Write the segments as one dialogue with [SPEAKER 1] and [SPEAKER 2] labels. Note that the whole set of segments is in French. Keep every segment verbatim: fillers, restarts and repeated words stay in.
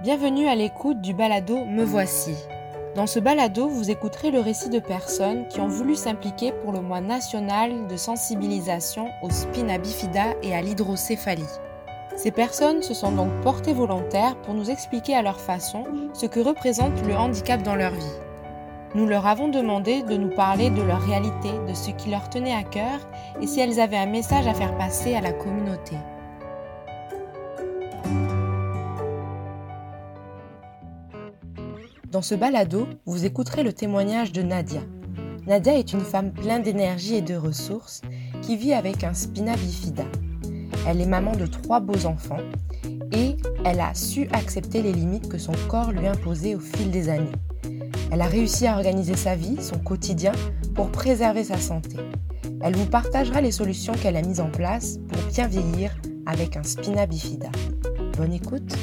[SPEAKER 1] Bienvenue à l'écoute du balado Me Voici. Dans ce balado, vous écouterez le récit de personnes qui ont voulu s'impliquer pour le mois national de sensibilisation au spina bifida et à l'hydrocéphalie. Ces personnes se sont donc portées volontaires pour nous expliquer à leur façon ce que représente le handicap dans leur vie. Nous leur avons demandé de nous parler de leur réalité, de ce qui leur tenait à cœur et si elles avaient un message à faire passer à la communauté. Dans ce balado, vous écouterez le témoignage de Nadia. Nadia est une femme pleine d'énergie et de ressources qui vit avec un spina bifida. Elle est maman de trois beaux enfants et elle a su accepter les limites que son corps lui imposait au fil des années. Elle a réussi à organiser sa vie, son quotidien, pour préserver sa santé. Elle vous partagera les solutions qu'elle a mises en place pour bien vieillir avec un spina bifida. Bonne écoute!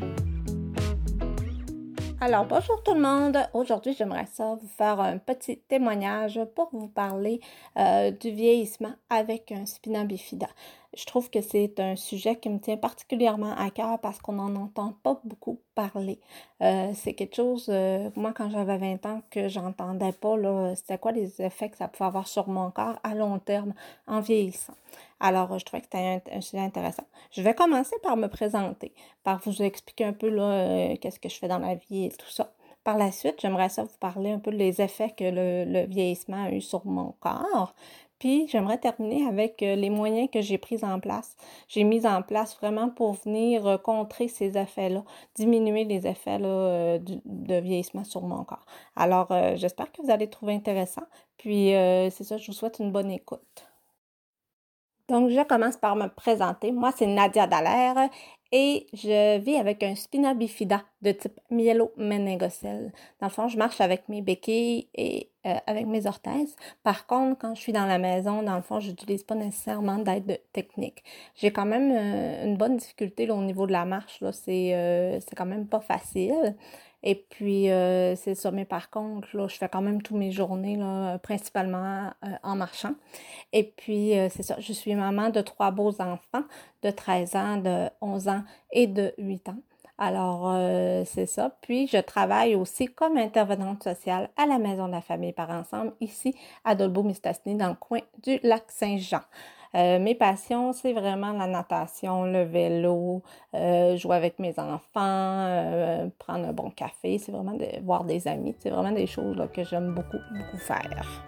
[SPEAKER 2] Alors, bonjour tout le monde. Aujourd'hui, j'aimerais ça vous faire un petit témoignage pour vous parler euh, du vieillissement avec un spina bifida. Je trouve que c'est un sujet qui me tient particulièrement à cœur parce qu'on n'en entend pas beaucoup parler. Euh, c'est quelque chose, euh, moi, quand j'avais vingt ans, que j'entendais pas, là, c'était quoi les effets que ça pouvait avoir sur mon corps à long terme en vieillissant. Alors, je trouvais que c'était un, un sujet intéressant. Je vais commencer par me présenter, par vous expliquer un peu là, euh, qu'est-ce que je fais dans la vie et tout ça. Par la suite, j'aimerais ça vous parler un peu des effets que le, le vieillissement a eu sur mon corps. Puis, j'aimerais terminer avec euh, les moyens que j'ai pris en place. J'ai mis en place vraiment pour venir euh, contrer ces effets-là, diminuer les effets là, euh, du, de vieillissement sur mon corps. Alors, euh, j'espère que vous allez trouver intéressant. Puis, euh, c'est ça, je vous souhaite une bonne écoute. Donc, je commence par me présenter. Moi, c'est Nadia Dallaire et je vis avec un spina bifida de type myéloméningocèle. Dans le fond, je marche avec mes béquilles et euh, avec mes orthèses. Par contre, quand je suis dans la maison, dans le fond, je n'utilise pas nécessairement d'aide technique. J'ai quand même euh, une bonne difficulté là, au niveau de la marche. Là. C'est, euh, c'est quand même pas facile. Et puis, euh, c'est ça. Mais par contre, là, je fais quand même toutes mes journées, là, principalement euh, en marchant. Et puis, euh, c'est ça, je suis maman de trois beaux enfants de treize ans, de onze ans et de huit ans. Alors, euh, c'est ça. Puis, je travaille aussi comme intervenante sociale à la Maison de la famille par ensemble, ici à Dolbeau-Mistassini, dans le coin du lac Saint-Jean. Euh, mes passions, c'est vraiment la natation, le vélo, euh, jouer avec mes enfants, euh, prendre un bon café, c'est vraiment de voir des amis. C'est vraiment des choses là, que j'aime beaucoup, beaucoup faire.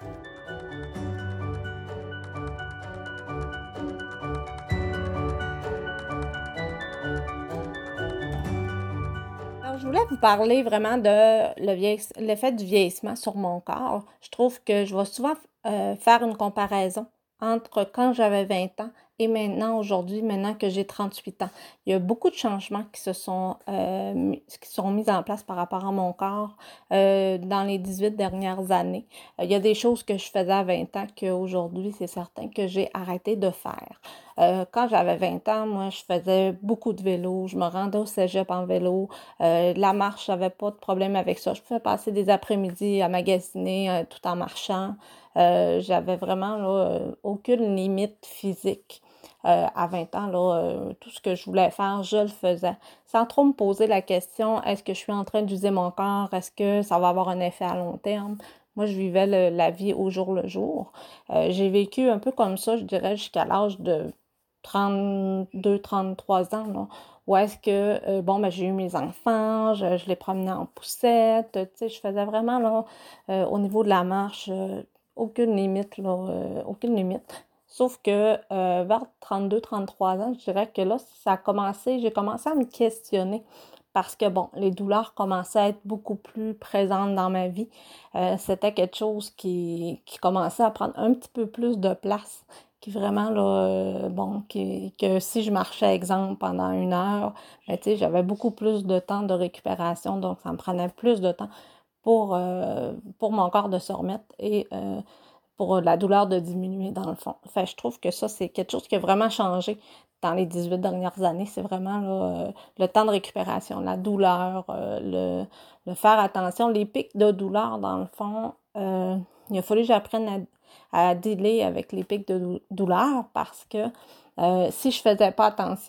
[SPEAKER 2] Alors, je voulais vous parler vraiment de le vieilliss- l'effet du vieillissement sur mon corps. Je trouve que je vais souvent euh, faire une comparaison entre quand j'avais vingt ans et maintenant, aujourd'hui, maintenant que j'ai trente-huit ans. Il y a beaucoup de changements qui se sont, euh, mis- qui sont mis en place par rapport à mon corps euh, dans les dix-huit dernières années. Euh, il y a des choses que je faisais à vingt ans qu'aujourd'hui, c'est certain que j'ai arrêté de faire. Euh, quand j'avais vingt ans, moi, je faisais beaucoup de vélo. Je me rendais au cégep en vélo. Euh, la marche, j'avais pas de problème avec ça. Je pouvais passer des après-midi à magasiner euh, tout en marchant. Euh, j'avais vraiment là, euh, aucune limite physique. Euh, à vingt ans, là, euh, tout ce que je voulais faire, je le faisais. Sans trop me poser la question, est-ce que je suis en train d'user mon corps? Est-ce que ça va avoir un effet à long terme? Moi, je vivais le, la vie au jour le jour. Euh, j'ai vécu un peu comme ça, je dirais, jusqu'à l'âge de trente-deux, trente-trois ans, là, où est-ce que, euh, bon, ben, j'ai eu mes enfants, je, je les promenais en poussette, tu sais, je faisais vraiment, là, euh, au niveau de la marche, euh, aucune limite, là, euh, aucune limite. Sauf que euh, vers trente-deux, trente-trois ans, je dirais que là, ça a commencé, j'ai commencé à me questionner parce que, bon, les douleurs commençaient à être beaucoup plus présentes dans ma vie. Euh, c'était quelque chose qui, qui commençait à prendre un petit peu plus de place qui vraiment, là, euh, bon, qui, que si je marchais, exemple, pendant une heure, ben, tu sais, j'avais beaucoup plus de temps de récupération, donc ça me prenait plus de temps pour, euh, pour mon corps de se remettre et euh, pour la douleur de diminuer, dans le fond. Fait je trouve que ça, c'est quelque chose qui a vraiment changé dans les dix-huit dernières années. C'est vraiment là, euh, le temps de récupération, la douleur, euh, le, le faire attention. Les pics de douleur, dans le fond, euh, il a fallu que j'apprenne à, à dealer avec les pics de dou- douleur parce que euh, si je faisais pas attention,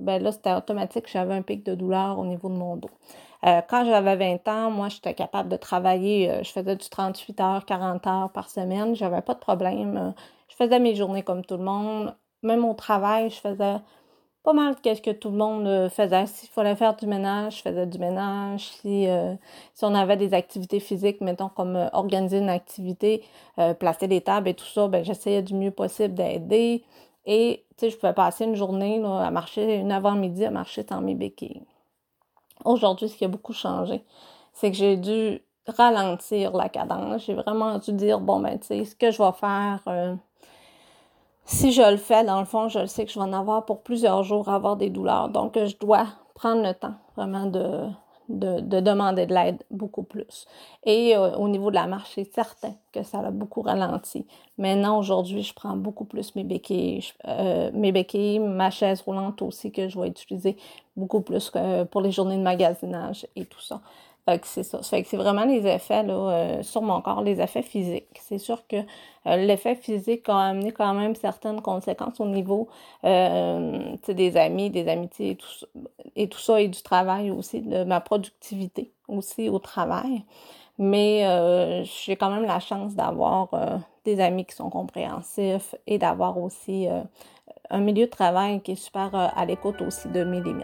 [SPEAKER 2] ben là, c'était automatique, j'avais un pic de douleur au niveau de mon dos. Euh, quand j'avais vingt ans, moi, j'étais capable de travailler, euh, je faisais du trente-huit heures, quarante heures par semaine, j'avais pas de problème. Euh, je faisais mes journées comme tout le monde. Même au travail, je faisais pas mal qu'est-ce que tout le monde euh, faisait. S'il fallait faire du ménage, je faisais du ménage. Si, euh, si on avait des activités physiques, mettons comme euh, organiser une activité, euh, placer des tables et tout ça, ben j'essayais du mieux possible d'aider. Et tu sais, je pouvais passer une journée là, à marcher, une avant-midi à marcher sans mes béquilles. Aujourd'hui, ce qui a beaucoup changé, c'est que j'ai dû ralentir la cadence. J'ai vraiment dû dire, bon, ben, tu sais, ce que je vais faire, euh, si je le fais, dans le fond, je le sais que je vais en avoir pour plusieurs jours, avoir des douleurs. Donc, je dois prendre le temps vraiment de, de, de demander de l'aide beaucoup plus. Et euh, au niveau de la marche, c'est certain que ça a beaucoup ralenti. Maintenant, aujourd'hui, je prends beaucoup plus mes béquilles, je, euh, mes béquilles, ma chaise roulante aussi que je vais utiliser beaucoup plus que pour les journées de magasinage et tout ça. Fait que c'est ça. Fait que c'est vraiment les effets là, euh, sur mon corps, les effets physiques. C'est sûr que euh, l'effet physique a amené quand même certaines conséquences au niveau euh, des amis, des amitiés et tout ça, et tout ça, et du travail aussi, de ma productivité aussi au travail. Mais euh, j'ai quand même la chance d'avoir euh, des amis qui sont compréhensifs et d'avoir aussi euh, un milieu de travail qui est super euh, à l'écoute aussi de mes limites.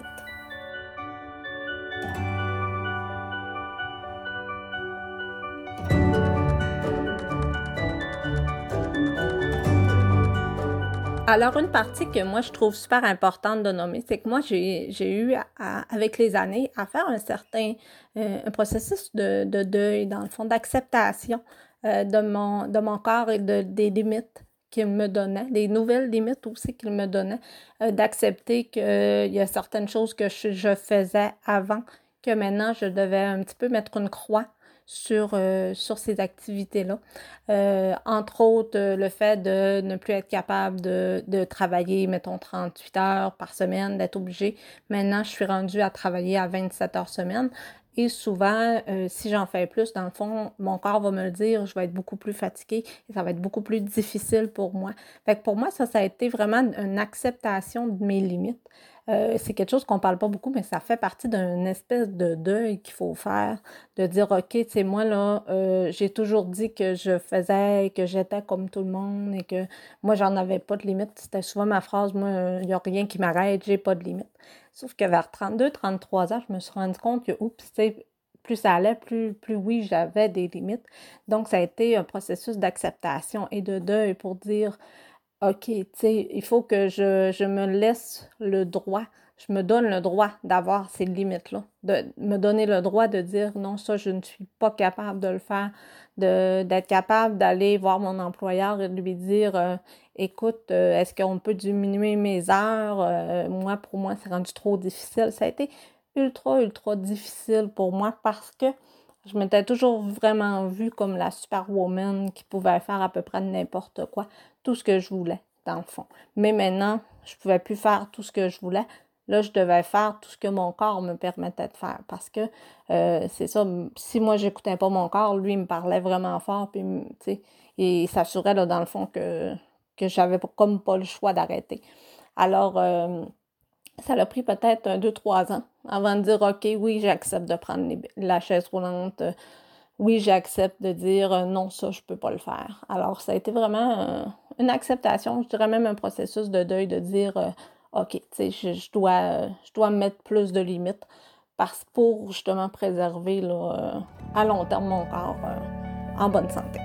[SPEAKER 2] Alors, une partie que moi, je trouve super importante de nommer, c'est que moi, j'ai, j'ai eu, à, à, avec les années, à faire un certain euh, un processus de, de deuil, dans le fond, d'acceptation euh, de, mon, de mon corps et de, des limites qu'il me donnait, des nouvelles limites aussi qu'il me donnait, euh, d'accepter qu'il euh, y a certaines choses que je, je faisais avant, que maintenant, je devais un petit peu mettre une croix sur, euh, sur ces activités-là. Euh, entre autres, euh, le fait de ne plus être capable de, de travailler, mettons, trente-huit heures par semaine, d'être obligée. Maintenant, je suis rendue à travailler à vingt-sept heures semaine. Et souvent, euh, si j'en fais plus, dans le fond, mon corps va me le dire, je vais être beaucoup plus fatiguée et ça va être beaucoup plus difficile pour moi. Fait que pour moi, ça, ça a été vraiment une acceptation de mes limites. Euh, c'est quelque chose qu'on parle pas beaucoup, mais ça fait partie d'une espèce de deuil qu'il faut faire, de dire, OK, tu sais, moi, là, euh, j'ai toujours dit que je faisais, que j'étais comme tout le monde et que moi, j'en avais pas de limite. C'était souvent ma phrase, moi, il n'y a rien qui m'arrête, j'ai pas de limite. Sauf que vers trente-deux, trente-trois ans, je me suis rendu compte que, oups, tu sais, plus ça allait, plus, plus oui, j'avais des limites. Donc, ça a été un processus d'acceptation et de deuil pour dire, OK, tu sais, il faut que je, je me laisse le droit, je me donne le droit d'avoir ces limites-là, de me donner le droit de dire non, ça, je ne suis pas capable de le faire, de, d'être capable d'aller voir mon employeur et de lui dire euh, écoute, euh, est-ce qu'on peut diminuer mes heures? Euh, moi, pour moi, c'est rendu trop difficile. Ça a été ultra, ultra difficile pour moi parce que je m'étais toujours vraiment vue comme la superwoman qui pouvait faire à peu près n'importe quoi, tout ce que je voulais, dans le fond. Mais maintenant, je ne pouvais plus faire tout ce que je voulais. Là, je devais faire tout ce que mon corps me permettait de faire. Parce que euh, c'est ça, si moi, j'écoutais pas mon corps, lui, il me parlait vraiment fort, puis, tu sais, il s'assurait, là, dans le fond, que, que j'avais comme pas le choix d'arrêter. Alors, euh, ça a pris peut-être un, deux, trois ans avant de dire, OK, oui, j'accepte de prendre les, la chaise roulante. Euh, oui, j'accepte de dire, euh, non, ça, je peux pas le faire. Alors, ça a été vraiment euh, une acceptation, je dirais même un processus de deuil, de dire, euh, OK, tu sais, je, je dois, euh, je dois mettre plus de limites parce, pour justement préserver là, euh, à long terme mon corps euh, en bonne santé.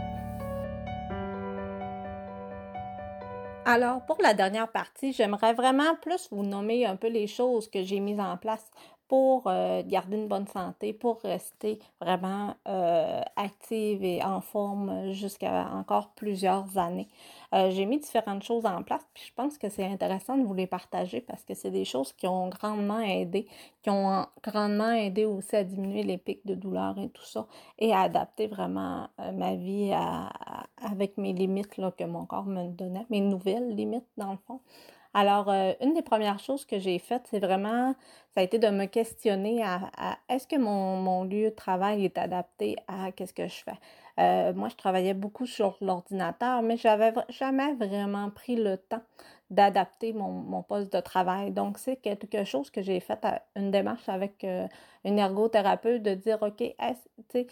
[SPEAKER 2] Alors, pour la dernière partie, j'aimerais vraiment plus vous nommer un peu les choses que j'ai mises en place pour euh, garder une bonne santé, pour rester vraiment euh, active et en forme jusqu'à encore plusieurs années. Euh, j'ai mis différentes choses en place, puis je pense que c'est intéressant de vous les partager parce que c'est des choses qui ont grandement aidé, qui ont grandement aidé aussi à diminuer les pics de douleur et tout ça, et à adapter vraiment euh, ma vie à, à, avec mes limites là, que mon corps me donnait, mes nouvelles limites dans le fond. Alors, euh, une des premières choses que j'ai faites, c'est vraiment, ça a été de me questionner à, à est-ce que mon, mon lieu de travail est adapté à qu'est-ce que je fais? Euh, moi, je travaillais beaucoup sur l'ordinateur, mais j'avais jamais vraiment pris le temps d'adapter mon, mon poste de travail. Donc, c'est quelque chose que j'ai fait, à, une démarche avec euh, une ergothérapeute, de dire, OK, est-ce, tu sais,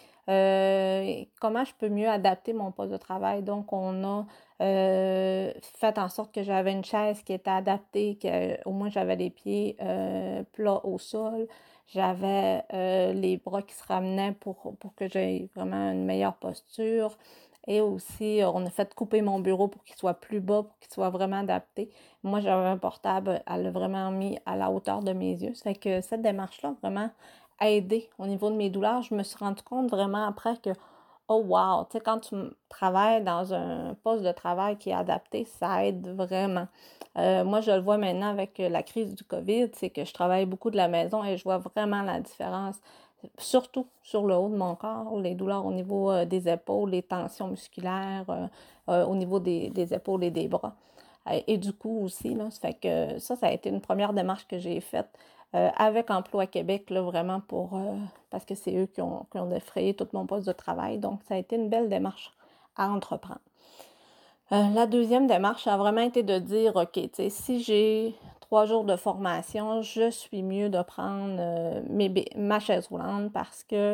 [SPEAKER 2] euh, comment je peux mieux adapter mon poste de travail? Donc, on a euh, fait en sorte que j'avais une chaise qui était adaptée, qu'au moins j'avais les pieds euh, plats au sol. J'avais euh, les bras qui se ramenaient pour, pour que j'aie vraiment une meilleure posture. Et aussi, on a fait couper mon bureau pour qu'il soit plus bas, pour qu'il soit vraiment adapté. Moi, j'avais un portable, elle l'a vraiment mis à la hauteur de mes yeux. Ça fait que cette démarche-là, vraiment, a aidé au niveau de mes douleurs. Je me suis rendu compte vraiment après que, oh wow, tu sais, quand tu travailles dans un poste de travail qui est adapté, ça aide vraiment. Euh, moi, je le vois maintenant avec la crise du COVID, c'est que je travaille beaucoup de la maison et je vois vraiment la différence. Surtout sur le haut de mon corps, les douleurs au niveau euh, des épaules, les tensions musculaires euh, euh, au niveau des, des épaules et des bras. Euh, et du cou aussi, là, ça fait que ça, ça a été une première démarche que j'ai faite euh, avec Emploi Québec, là, vraiment pour, euh, parce que c'est eux qui ont, qui ont défrayé tout mon poste de travail. Donc, ça a été une belle démarche à entreprendre. Euh, la deuxième démarche a vraiment été de dire, OK, tu sais, si j'ai trois jours de formation, je suis mieux de prendre euh, mes, ma chaise roulante parce que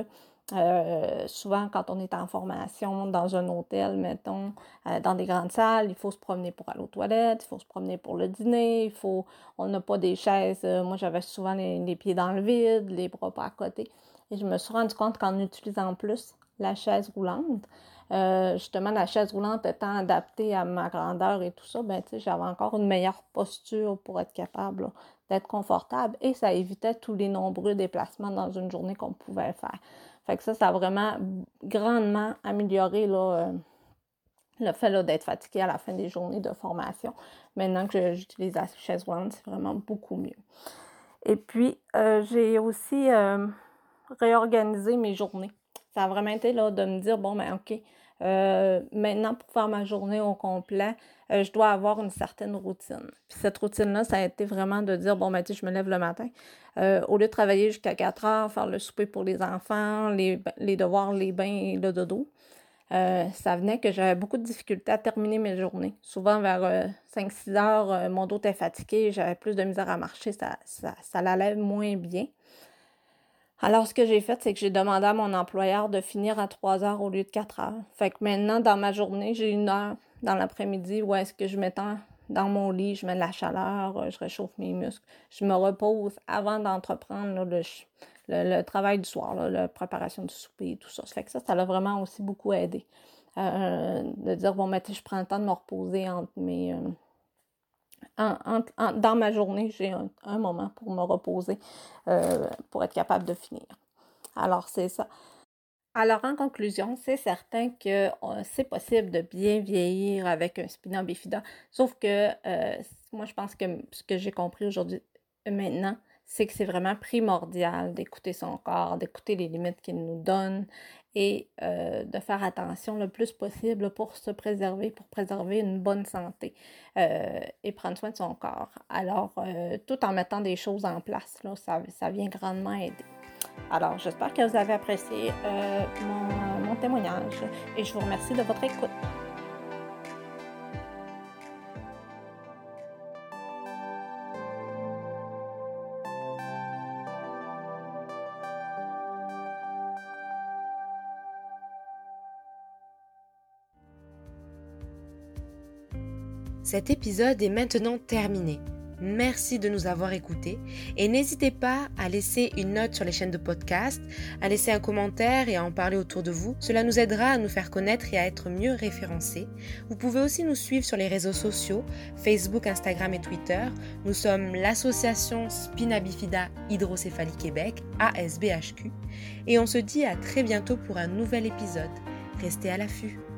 [SPEAKER 2] euh, souvent, quand on est en formation dans un hôtel, mettons, euh, dans des grandes salles, il faut se promener pour aller aux toilettes, il faut se promener pour le dîner, il faut, on n'a pas des chaises. Euh, moi, j'avais souvent les, les pieds dans le vide, les bras pas à côté. Et je me suis rendu compte qu'en utilisant plus la chaise roulante, Euh, justement, la chaise roulante étant adaptée à ma grandeur et tout ça, ben, tu sais, j'avais encore une meilleure posture pour être capable là, d'être confortable et ça évitait tous les nombreux déplacements dans une journée qu'on pouvait faire. Fait que ça, ça a vraiment grandement amélioré là, euh, le fait là, d'être fatigué à la fin des journées de formation. Maintenant que j'utilise la chaise roulante, c'est vraiment beaucoup mieux. Et puis, euh, j'ai aussi euh, réorganisé mes journées. Ça a vraiment été là, de me dire, bon, ben OK, euh, maintenant, pour faire ma journée au complet, euh, je dois avoir une certaine routine. Puis cette routine-là, ça a été vraiment de dire, bon, ben tu sais, je me lève le matin. Euh, au lieu de travailler jusqu'à quatre heures, faire le souper pour les enfants, les, les devoirs, les bains et le dodo, euh, ça venait que j'avais beaucoup de difficultés à terminer mes journées. Souvent, vers euh, cinq six heures, euh, mon dos était fatigué, j'avais plus de misère à marcher, ça, ça, ça l'allait moins bien. Alors, ce que j'ai fait, c'est que j'ai demandé à mon employeur de finir à trois heures au lieu de quatre heures. Fait que maintenant, dans ma journée, j'ai une heure dans l'après-midi où est-ce que je m'étends dans mon lit, je mets de la chaleur, je réchauffe mes muscles, je me repose avant d'entreprendre là, le, le, le travail du soir, là, la préparation du souper et tout ça. Ça fait que ça, ça l'a vraiment aussi beaucoup aidé. Euh, de dire, bon, ben, je prends le temps de me reposer entre mes... Euh, En, en, en, dans ma journée, j'ai un, un moment pour me reposer, euh, pour être capable de finir. Alors, c'est ça. Alors, en conclusion, c'est certain que euh, c'est possible de bien vieillir avec un spina bifida, sauf que euh, moi, je pense que ce que j'ai compris aujourd'hui, maintenant, c'est que c'est vraiment primordial d'écouter son corps, d'écouter les limites qu'il nous donne et euh, de faire attention le plus possible pour se préserver, pour préserver une bonne santé euh, et prendre soin de son corps. Alors, euh, tout en mettant des choses en place, là, ça, ça vient grandement aider. Alors, j'espère que vous avez apprécié euh, mon, mon témoignage et je vous remercie de votre écoute.
[SPEAKER 1] Cet épisode est maintenant terminé. Merci de nous avoir écoutés et n'hésitez pas à laisser une note sur les chaînes de podcast, à laisser un commentaire et à en parler autour de vous. Cela nous aidera à nous faire connaître et à être mieux référencés. Vous pouvez aussi nous suivre sur les réseaux sociaux, Facebook, Instagram et Twitter. Nous sommes l'association Spina Bifida Hydrocéphalie Québec, A S B H Q, et on se dit à très bientôt pour un nouvel épisode. Restez à l'affût.